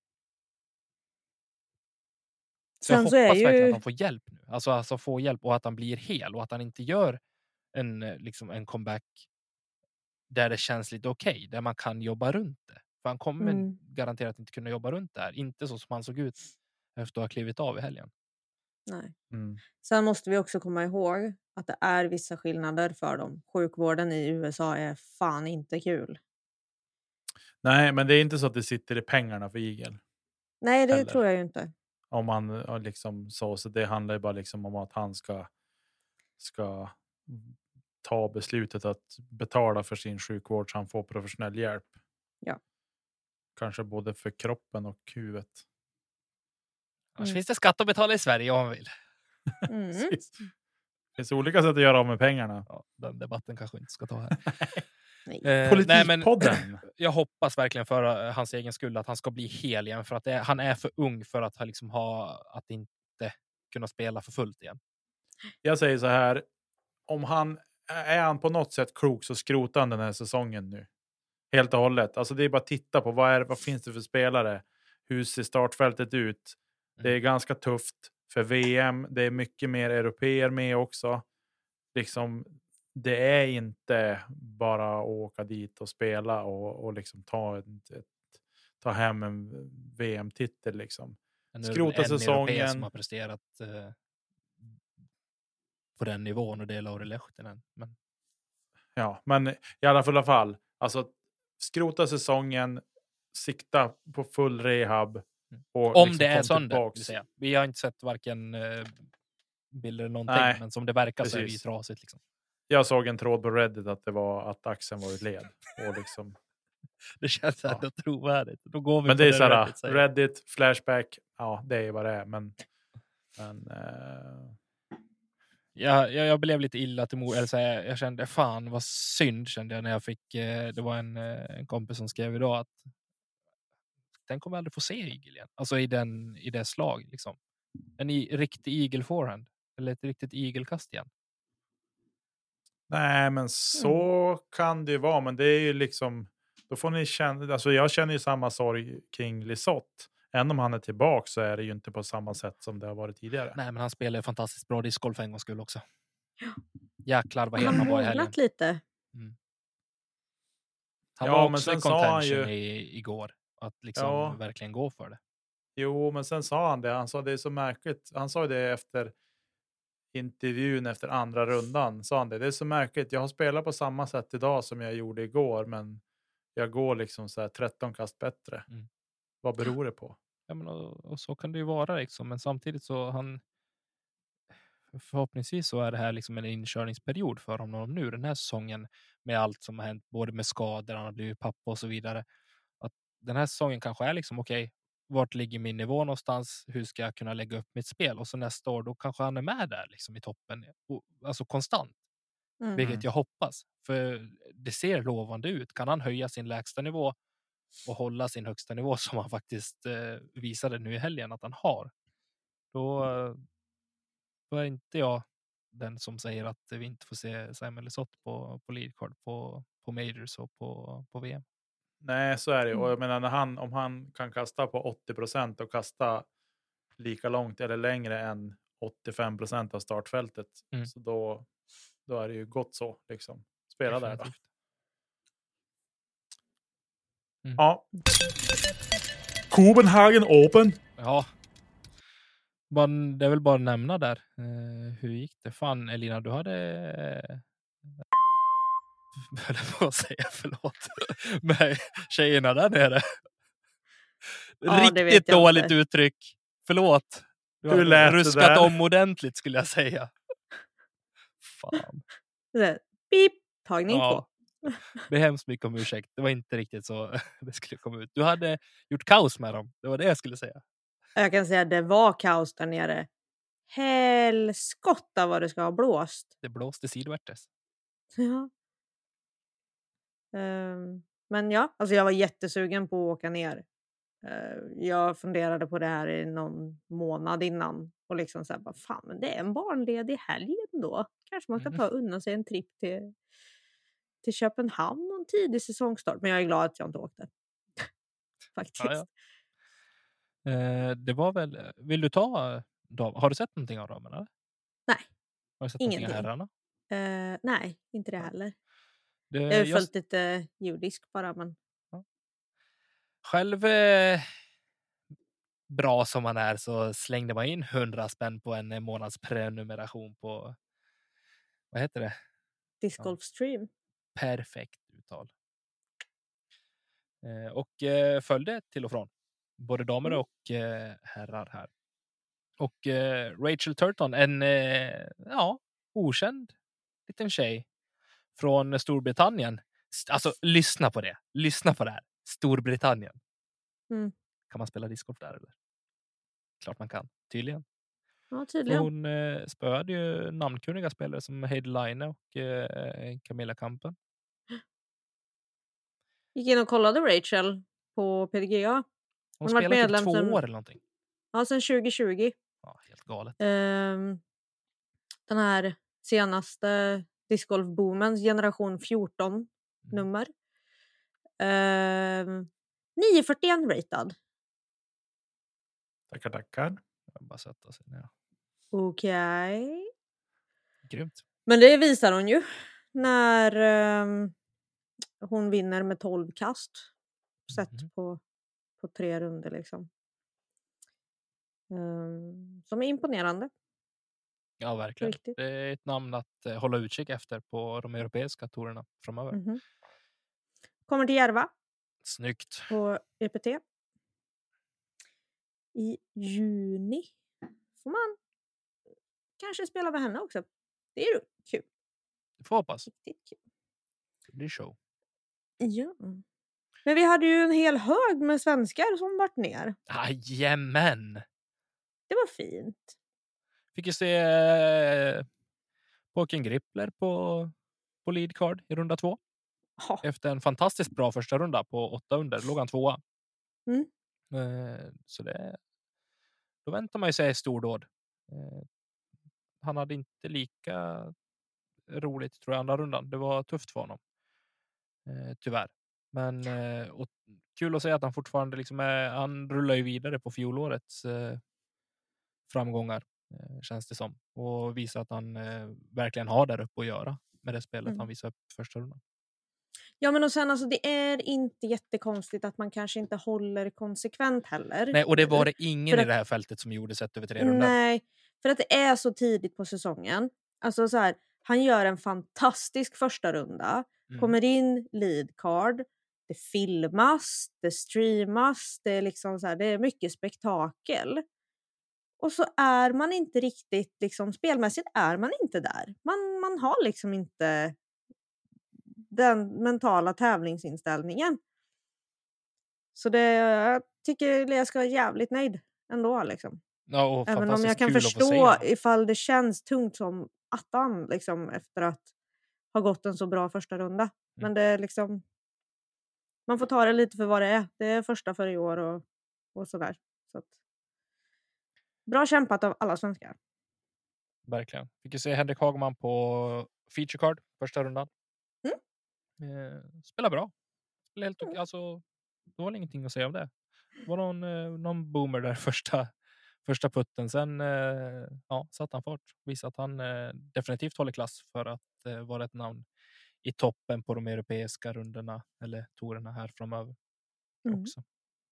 Så jag hoppas verkligen att han får hjälp nu. Alltså få hjälp och att han blir hel och att han inte gör en comeback där det känns lite okej, där man kan jobba runt det. För han kommer garanterat inte kunna jobba runt det här. Inte så som han såg ut efter att ha klivit av i helgen. Nej. Mm. Sen måste vi också komma ihåg att det är vissa skillnader för dem. Sjukvården i USA är fan inte kul. Nej, men det är inte så att det sitter i pengarna för Eagle. Nej, det heller. tror jag ju inte. Om man liksom så det handlar ju bara liksom om att han ska ta beslutet att betala för sin sjukvård så han får professionell hjälp. Ja. Kanske både för kroppen och huvudet. Annars finns det skatt att betala i Sverige om man vill. Mm. Det finns olika sätt att göra av med pengarna. Ja, den debatten kanske inte ska ta här. Politikpodden. Jag hoppas verkligen för hans egen skull att han ska bli hel igen. För att han är för ung för att att inte kunna spela för fullt igen. Jag säger så här. Om han är på något sätt klok så skrotar han den här säsongen nu. Helt och hållet. Alltså det är bara att titta på vad finns det för spelare. Hur ser startfältet ut? Det är ganska tufft för VM. Det är mycket mer europeer med också. Liksom, det är inte bara att åka dit och spela och liksom ta hem en VM-titel liksom. Skrota säsongen. Som har presterat på den nivån och det är Lauri Lehtinen. Men... Ja, men i alla fall. Alltså, skrota säsongen. Sikta på full rehab. Och om liksom det är sönder. Vi har inte sett varken bilder eller någonting. Nej, men som det verkar precis. så är det ju trasigt. Liksom. Jag såg en tråd på Reddit att det var att axeln var ett led. Och liksom, det känns ändå trovärdigt. Då går vi men på det är så här, Reddit, Reddit, Flashback. Ja, det är vad det är. Men jag blev lite illa till mod. Jag kände fan vad synd kände jag när jag fick. Det var en kompis som skrev idag att tänk om vi aldrig får se igel igen. Alltså i det slag liksom. En riktig igel forehand. Eller ett riktigt igelkast igen. Nej, men så kan det ju vara. Men det är ju liksom... Då får ni känna... Alltså jag känner ju samma sorg kring Lisotte. Även om han är tillbaka så är det ju inte på samma sätt som det har varit tidigare. Nej, men han spelar ju fantastiskt bra discgolf för en gångs skull också. Jäklar vad het Han han har var i helgen. mognat lite. Han Ja, var men också sen i sa han contention ju- igår. Att liksom Ja. verkligen gå för det. Jo, men sen sa han det. Han sa det är så märkligt. Han sa det efter intervjun efter andra rundan. Sa han det. Det är så märkligt. Jag har spelat på samma sätt idag som jag gjorde igår. Men jag går liksom så här 13 kast bättre. Mm. Vad beror det på? Ja, men och så kan det ju vara liksom. Men samtidigt så förhoppningsvis så är det här liksom en inkörningsperiod för honom nu den här säsongen med allt som har hänt, både med skador, han har blivit pappa och så vidare. Att den här säsongen kanske är liksom okej, vart ligger min nivå någonstans? Hur ska jag kunna lägga upp mitt spel? Och så nästa år då kanske han är med där liksom i toppen, alltså konstant. Vilket jag hoppas, för det ser lovande ut. Kan han höja sin lägsta nivå och hålla sin högsta nivå som han faktiskt visade nu i helgen att han har, då är inte jag den som säger att vi inte får se Simon Lisotte på leadcard på Majors och på VM. Nej, så är det. Och jag menar, om han kan kasta på 80% och kasta lika långt eller längre än 85% av startfältet. Så då är det ju gott så. Liksom. Spela där då. Ja. Copenhagen Open. Ja. Det är väl bara att nämna där. Hur gick det? Fan, Elina, du hade... Jag höll på att säga förlåt. Med tjejerna där nere. Ja, Riktigt dåligt uttryck. Förlåt. Du Hur har lät det ruskat där? om ordentligt skulle jag säga. Fan. Pip, tagning Ja. Det är hemskt mycket om ursäkt. Det var inte riktigt så det skulle komma ut. Du hade gjort kaos med dem. Det var det jag skulle säga. Jag kan säga att det var kaos där nere. Helskotta vad det ska ha blåst. Det blåste sidvärtes. Ja. Men ja, alltså jag var jättesugen på att åka ner. Jag funderade på det här i någon månad innan. Och liksom så här, bara, fan, men det är en barnledig helg då. Kanske man ska ta undan sig en tripp till Köpenhamn någon tidig säsongstart. Men jag är glad att jag inte åkte. Faktiskt. Ja. Det var väl... Vill du ta... Har du sett någonting av dem? Eller? Nej. Har du sett Ingenting. någonting av herrarna? Nej, inte det heller. Jag Jag har följt lite judisk bara. Men... Ja. Själv bra som man är så slängde man in 100 spänn på en månads prenumeration på... Vad heter det? Discgolf Stream. Perfekt uttal. Och följde till och från. Både damer och herrar här. Och Rachel Turton, en okänd liten tjej från Storbritannien. Alltså, lyssna på det. Lyssna på det här. Storbritannien. Kan man spela discgolf där eller? Klart man kan. Tydligen. Ja, tydligen. För hon spöade ju namnkunniga spelare som Heidi Line och Camilla Kampen. Gick in och kollade Rachel på PDGA. Hon spelade typ 2 år eller någonting. Ja, sen 2020. Ja, helt galet. Den här senaste discgolf-boomens generation 14 nummer. 941 ratad. Tackar. Jag bara sätta sig ner. Okej. Grymt. Men det visar hon ju när hon vinner med 12 kast. Sett på 3 runder liksom. Som är imponerande. Ja, verkligen. Riktigt. Det är ett namn att hålla utkik efter på de europeiska tourerna framöver. Kommer till Järva. Snyggt. På EPT. I juni. Får man kanske spela med henne också. Det är ju kul. Det får hoppas. Riktigt kul. Det blir show. Ja. Men vi hade ju en hel hög med svenskar som vart ner. Jajamän! Det var fint. Fick ju se Håkan Grippler på leadcard i runda 2. Ja. Efter en fantastiskt bra första runda på 8 under låg han 2:a. Så då väntar man ju sig stordåd. Han hade inte lika roligt tror jag andra rundan. Det var tufft för honom. Tyvärr. Men och kul att se att han fortfarande liksom han rullar ju vidare på fjolårets framgångar känns det som. Och visar att han verkligen har där uppe att göra med det spelet han visar upp första rundan. Ja, men och sen alltså det är inte jättekonstigt att man kanske inte håller konsekvent heller. Nej, och det var det ingen i det här fältet som gjorde sett över 3 runder. Nej, för att det är så tidigt på säsongen. Alltså så här, han gör en fantastisk första runda. Kommer in lead card. Det filmas, det streamas, det är liksom så här, det är mycket spektakel. Och så är man inte riktigt liksom spelmässigt är man inte där. Man har liksom inte den mentala tävlingsinställningen. Så jag tycker jag ska vara jävligt nöjd ändå liksom. Ja, och även om jag kan förstå ifall det känns tungt som attan liksom efter att ha gått en så bra första runda. Men det är liksom man får ta det lite för vad det är. Det är första för i år och sådär. Så att, bra kämpat av alla svenskar. Verkligen. Fick ju se Henrik Hagman på feature card första rundan. Spelar bra. Spelar helt alltså det var ingenting att säga om det. Det var någon boomer där första putten. Sen satt han fart. Visade att han definitivt håller klass för att vara ett namn i toppen på de europeiska rundorna eller torerna här framöver också.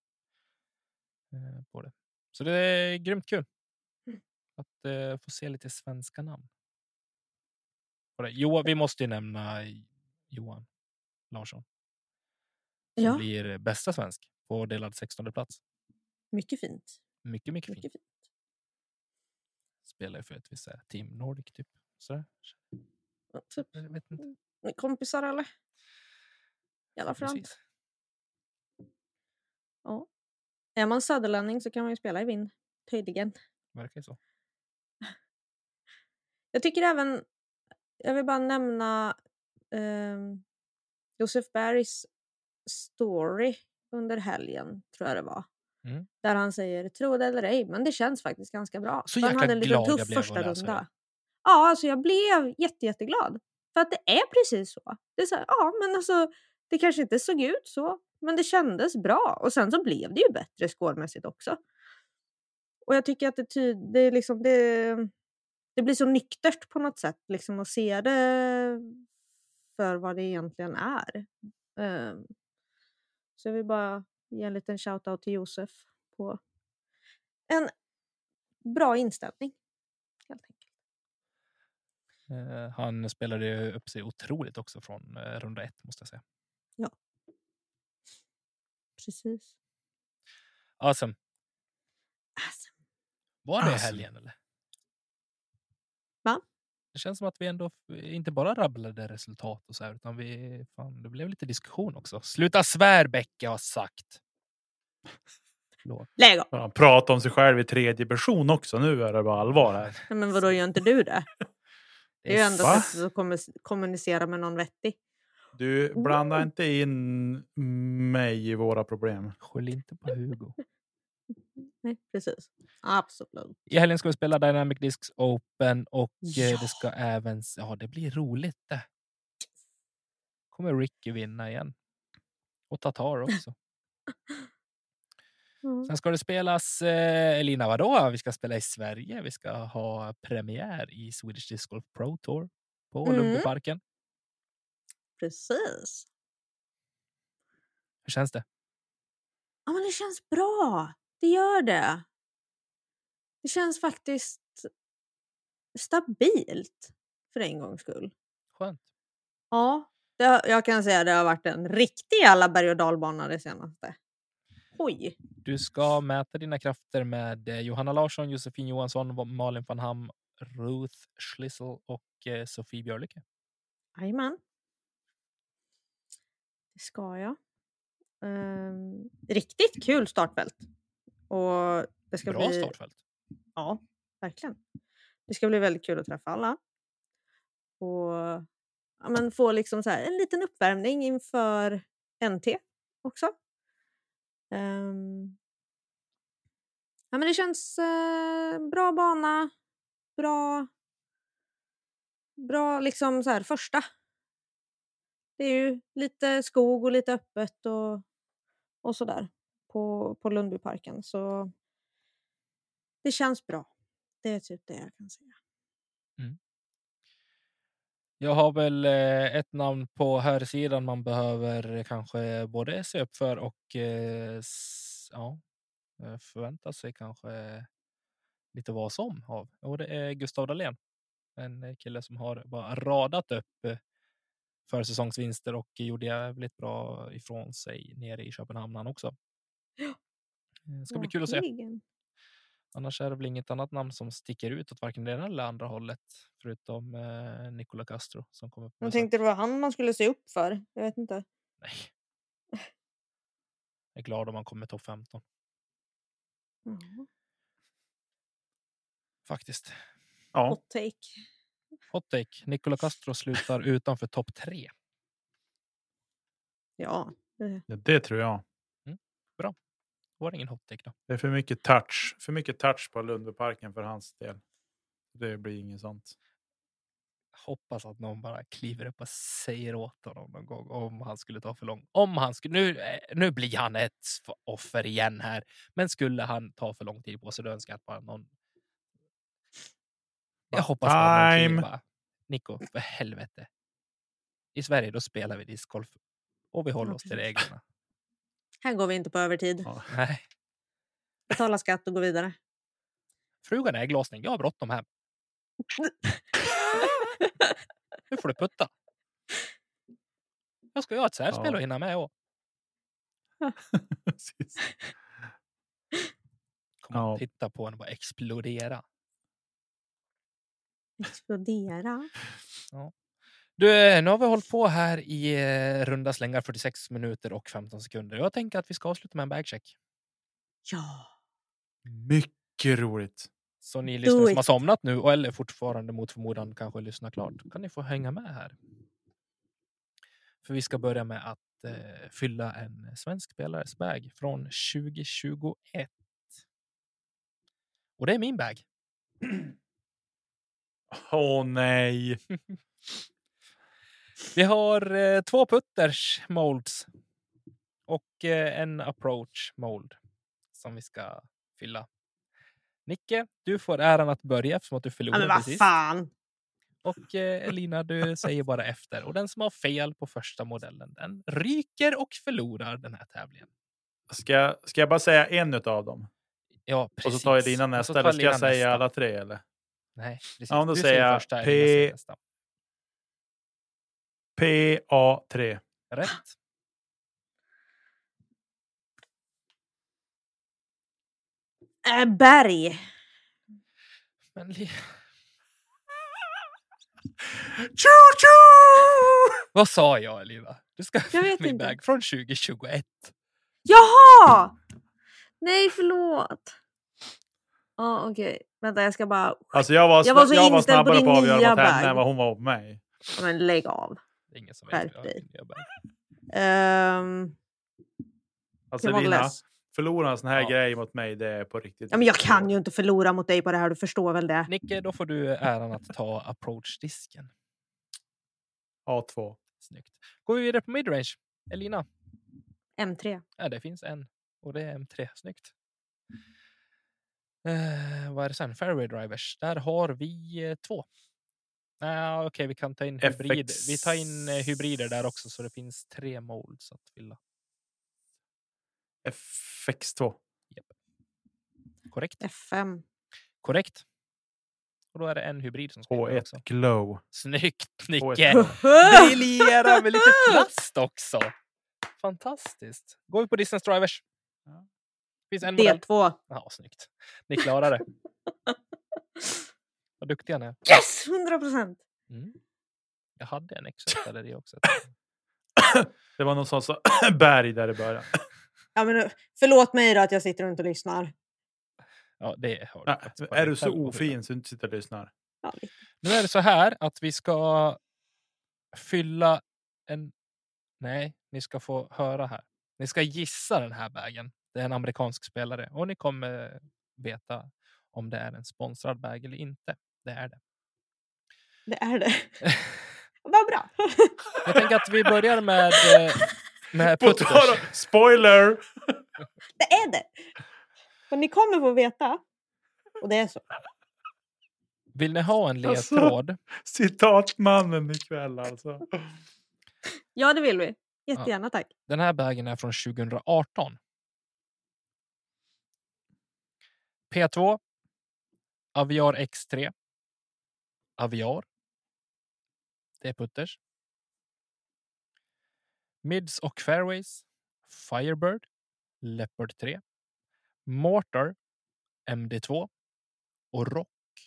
På det. Så det är grymt kul att få se lite svenska namn. Jo, vi måste ju nämna Johan Larsson. Som blir bästa svensk på delad 16:e plats. Mycket fint. Mycket fint. Spelar för ett visst Team Nordic typ. Så typ. Jag vet inte. Kompisar eller? I alla fall. Ja. Är man söderlänning så kan man ju spela i vind. Tydligen. Verkar så. Jag tycker även, jag vill bara nämna Josef Bergs story under helgen, tror jag det var. Där han säger, tro det eller ej, men det känns faktiskt ganska bra. Så jäkla han hade en liten glad tuff jag blev första att läsa runda. det. Ja, alltså jag blev jätteglad. För att det är precis så. Det är så här, men alltså det kanske inte såg ut så, men det kändes bra. Och sen så blev det ju bättre skårmässigt också. Och jag tycker att det liksom det blir så nyktert på något sätt liksom att se det för vad det egentligen är. Så jag vill bara ge en liten shoutout till Josef på en bra inställning helt enkelt. Han spelade ju upp sig otroligt också från runda 1 måste jag säga. Ja. Precis. Awesome. Var det helgen eller? Va? Det känns som att vi ändå inte bara rabblade resultat och så här, utan det blev lite diskussion också. Sluta svär, Becke har sagt. Lägg av. Han pratar om sig själv i tredje person också. Nu är det bara allvar här. Ja, men vadå, gör inte du det? Det är ju ändå sättet att kommunicera med någon vettig. Du blandar inte in mig i våra problem. Skyll inte på Hugo. Nej, precis. Absolut. I helgen ska vi spela Dynamic Discs Open och det ska även... Ja, det blir roligt det. Kommer Ricky vinna igen. Och Tatar också. Sen ska det spelas... Elina, vadå? Vi ska spela i Sverige. Vi ska ha premiär i Swedish Disc Golf Pro Tour på Lundbyparken. Precis. Hur känns det? Ja, men det känns bra. Det gör det. Det känns faktiskt stabilt för en gångs skull. Skönt. Ja, jag kan säga att det har varit en riktig jävla berg- och dalbana det senaste. Oj. Du ska mäta dina krafter med Johanna Larsson, Josefin Johansson, Malin van Ham, Ruth Schlissel och Sofie Björlycke. Jajamän. Det ska jag. Riktigt kul startfält. Och det ska Bra bli... startfält. Ja, verkligen. Det ska bli väldigt kul att träffa alla. Och få liksom så här en liten uppvärmning inför NT också. Ja, men det känns bra bana. Bra liksom så här första. Det är ju lite skog och lite öppet och sådär på Lundbyparken. Så det känns bra. Det är typ det jag kan säga. Jag har väl ett namn på här sidan man behöver kanske både se upp för och förvänta sig kanske lite vad som av. Och det är Gustav Dahlén. En kille som har bara radat upp försäsongsvinster och gjorde jävligt bra ifrån sig nere i Köpenhamn också. Det ska bli kul att se. Verkligen. Annars är det väl inget annat namn som sticker ut åt varken det ena eller andra hållet. Förutom Nicola Castro som kommer på Jag besök. tänkte det var han man skulle se upp för. Jag vet inte. Nej. Jag är glad om han kommer topp 15. Mm. Faktiskt. Ja. Hot take. Hot take. Nicola Castro slutar utanför topp 3. Ja. Ja, det tror jag. Var det ingen hot take då? Det är för mycket touch på Lundbyparken för hans del. Det blir inget sånt. Hoppas att någon bara kliver upp och säger åt honom någon gång om han skulle ta för lång. Om han skulle, nu blir han ett offer igen här. Men skulle han ta för lång tid på sig, då önskar jag att bara någon... Jag hoppas att någon kliver bara. Nico, för helvete. I Sverige då spelar vi discgolf. Och vi håller oss till reglerna. Här går vi inte på övertid. Ja. Nej. Betala skatt och gå vidare. Frugan är glasning. Jag har bråttom hem. Nu får du putta. Jag ska göra ett särspel och hinna med. Kommer titta på henne och bara explodera. Explodera? Ja. Du, nu har vi hållit på här i runda slängar 46 minuter och 15 sekunder. Jag tänker att vi ska avsluta med en bagcheck. Ja. Mycket roligt. Så ni lyssnare som har somnat nu eller fortfarande mot förmodan kanske lyssnar klart, kan ni få hänga med här. För vi ska börja med att fylla en svensk spelares bag från 2021. Och det är min bag. Åh nej. Vi har 2 putters molds och en approach mold som vi ska fylla. Nicke, du får äran att börja eftersom att du förlorade men vad precis. fan! Och Elina, du säger bara efter. Och den som har fel på första modellen, den ryker och förlorar den här tävlingen. Ska jag bara säga en av dem? Ja, precis. Och så tar Elina nästa. Eller ska jag säga alla 3 eller? Nej, precis. Ja, då du säger jag första, Elina säger nästa. PA3. Rätt. Berg. Men vad sa jag, Elina? Du ska Jag vet min inte. bag från 2021. Jaha! Nej, förlåt. Ja, okej. Vänta, jag ska bara... Alltså jag var inställd snabbare på på att avgöra nya mot henne bag. än vad hon var på mig. Ja, men lägg av. Det är ingen som Skärp vet. dig. Jag bara- Alltså jag var Elina, less. förlora en sån här Ja. grej mot mig, det är på riktigt. Ja, men jag kan ju inte förlora mot dig på det här, du förstår väl det? Nicke, då får du äran att ta approach-disken. A2. Snyggt. Går vi vidare på midrange. Elina. M3. Ja, det finns en. Och det är M3. Snyggt. Vad är det sen? Fairway drivers. Där har vi 2. Okej, vi kan ta in hybrid. Vi tar in hybrider där också, så det finns 3 molds att fylla. FX2. Korrekt. F5. Korrekt. Och då är det en hybrid som ska in också. H1 Glow. Snyggt, H1 Nicke! Glow. Briljera med lite plast också. Fantastiskt. Går vi på distance drivers. Finns en modell. D2. Ja, snyggt. Ni klarar det. Vad duktiga ni är. Yes! 100%! Mm. Jag hade en extra där i också. Det var någon som sa berg där i början. Ja, men förlåt mig då att jag sitter runt och lyssnar. Ja, det har du faktiskt på Är dig du så själv. ofin så du inte sitter och lyssnar? Ja, lite. Nu är det så här att vi ska fylla en... Nej, ni ska få höra här. Ni ska gissa den här bagen. Det är en amerikansk spelare. Och ni kommer veta om det är en sponsrad bag eller inte. Det är det. Det är det. Vad bra. Jag tänker att vi börjar med På Putters. tal om- Spoiler! Det är det. Och ni kommer få veta. Och det är så. Vill ni ha en Alltså. ledtråd? Citatmannen ikväll alltså. Ja, det vill vi. Jättegärna, tack. Den här bagen är från 2018. P2. Aviar X3. Aviar. Det är Putters. Mids och Fairways. Firebird. Leopard 3. Mortar. MD2. Och Rock.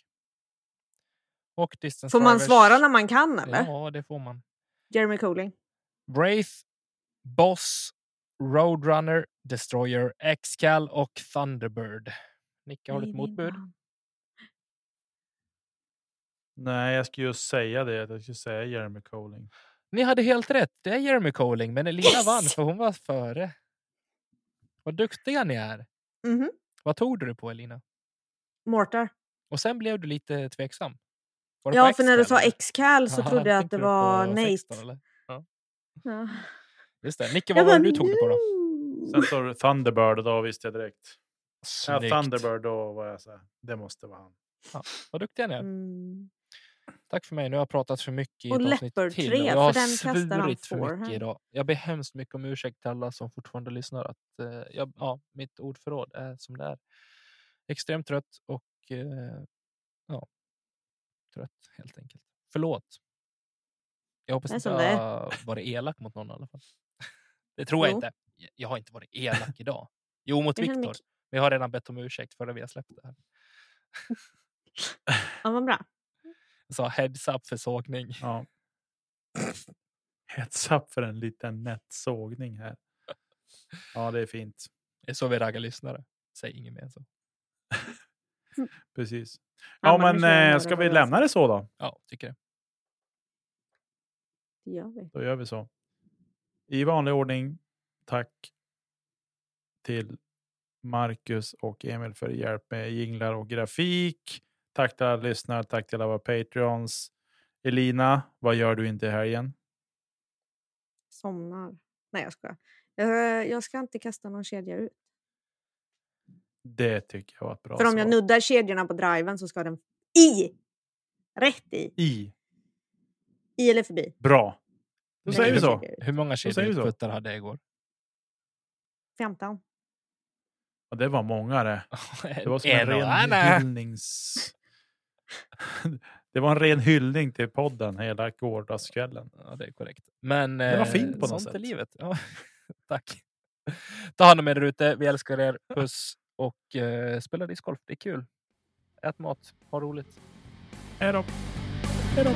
Och Distance Får man Drivers. svara när man kan, eller? Ja, det får man. Jeremy Colling. Wraith, Boss, Roadrunner, Destroyer, X-Cal och Thunderbird. Nicka har ett motbud. Nej, jag skulle ju säga det. Jag skulle säga Jeremy Colling. Ni hade helt rätt. Det är Jeremy Colling, men Elina Yes! vann för hon var före. Vad duktiga ni är. Mhm. Vad tog du på, Elina? Mortar. Och sen blev du lite tveksam. Var det Ja, på för när du X-Cal, sa eller? X-Cal så Aha, trodde jag att tänkte det du var på Nate. 16, eller? Ja. Just det. Nicke, vad var det du tog det på då? Sen står det Thunderbird och då visste jag direkt. Ja, Snyggt. Thunderbird då var jag så här. Det måste vara han. Vad duktiga ni är. Mm. Tack för mig. Nu har jag pratat för mycket i Och ett avsnitt Leopard till. 3, Och jag har för den kastar han svurit för forehand. mycket idag. Jag ber hemskt mycket om ursäkt till alla som fortfarande lyssnar. Att, mitt ordförråd är som det är. Extremt trött och trött helt enkelt. Förlåt. Jag hoppas Det är inte som det jag är. har varit elak mot någon i alla fall. Det tror jag Jo. inte. Jag har inte varit elak idag. Jo, mot Jag känner Viktor. mycket- Men jag har redan bett om ursäkt för att vi har släppt det här. Ja, vad bra. Jag sa heads up för sågning. Ja. Heads up för en liten nätt sågning här. Ja, det är fint. Det är så vi raggar lyssnare. Säg inget mer så. Precis. Ja, Ja, men nu kör jag men några ska vi röda. lämna det så då? Ja, tycker det. Det gör vi. Då gör vi så. I vanlig ordning, tack till Marcus och Emil för hjälp med jinglar och grafik. Tack till alla lyssnare, tack till alla våra Patreons. Elina, vad gör du inte i helgen? Somnar. Nej, jag skojar. Jag ska inte kasta någon kedja ut. Det tycker jag var ett bra För om jag svar. nuddar kedjorna på driven så ska den i. Rätt i. I eller förbi. Bra. Då Nej, säger vi det så. tycker jag ut. Hur många säger vi så. kedjeputtar hade jag igår? 15. Och det var många det. Det var som en En och ren annan. hyllnings... Det var en ren hyllning till podden hela gårdagskvällen. Ja, det är korrekt. Men Det var fint på något sånt sätt. är livet. Ja, tack. Ta hand om er där ute. Vi älskar er. Puss. Och spela discgolf. Det är kul. Ät mat. Ha roligt. Hej då. Hej då.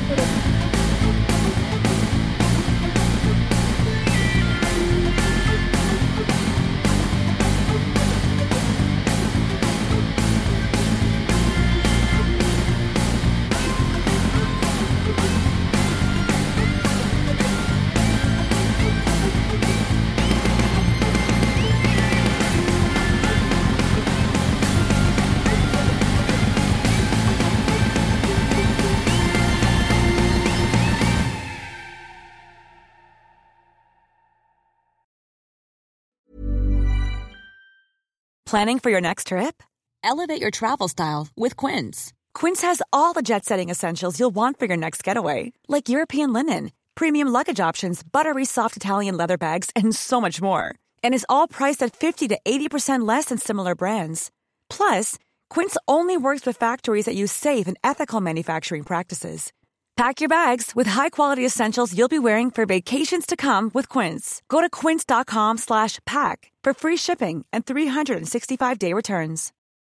Planning for your next trip? Elevate your travel style with Quince. Quince has all the jet-setting essentials you'll want for your next getaway, like European linen, premium luggage options, buttery soft Italian leather bags, and so much more. And is all priced at 50 to 80% less than similar brands. Plus, Quince only works with factories that use safe and ethical manufacturing practices. Pack your bags with high-quality essentials you'll be wearing for vacations to come with Quince. Go to quince.com/pack for free shipping and 365-day returns.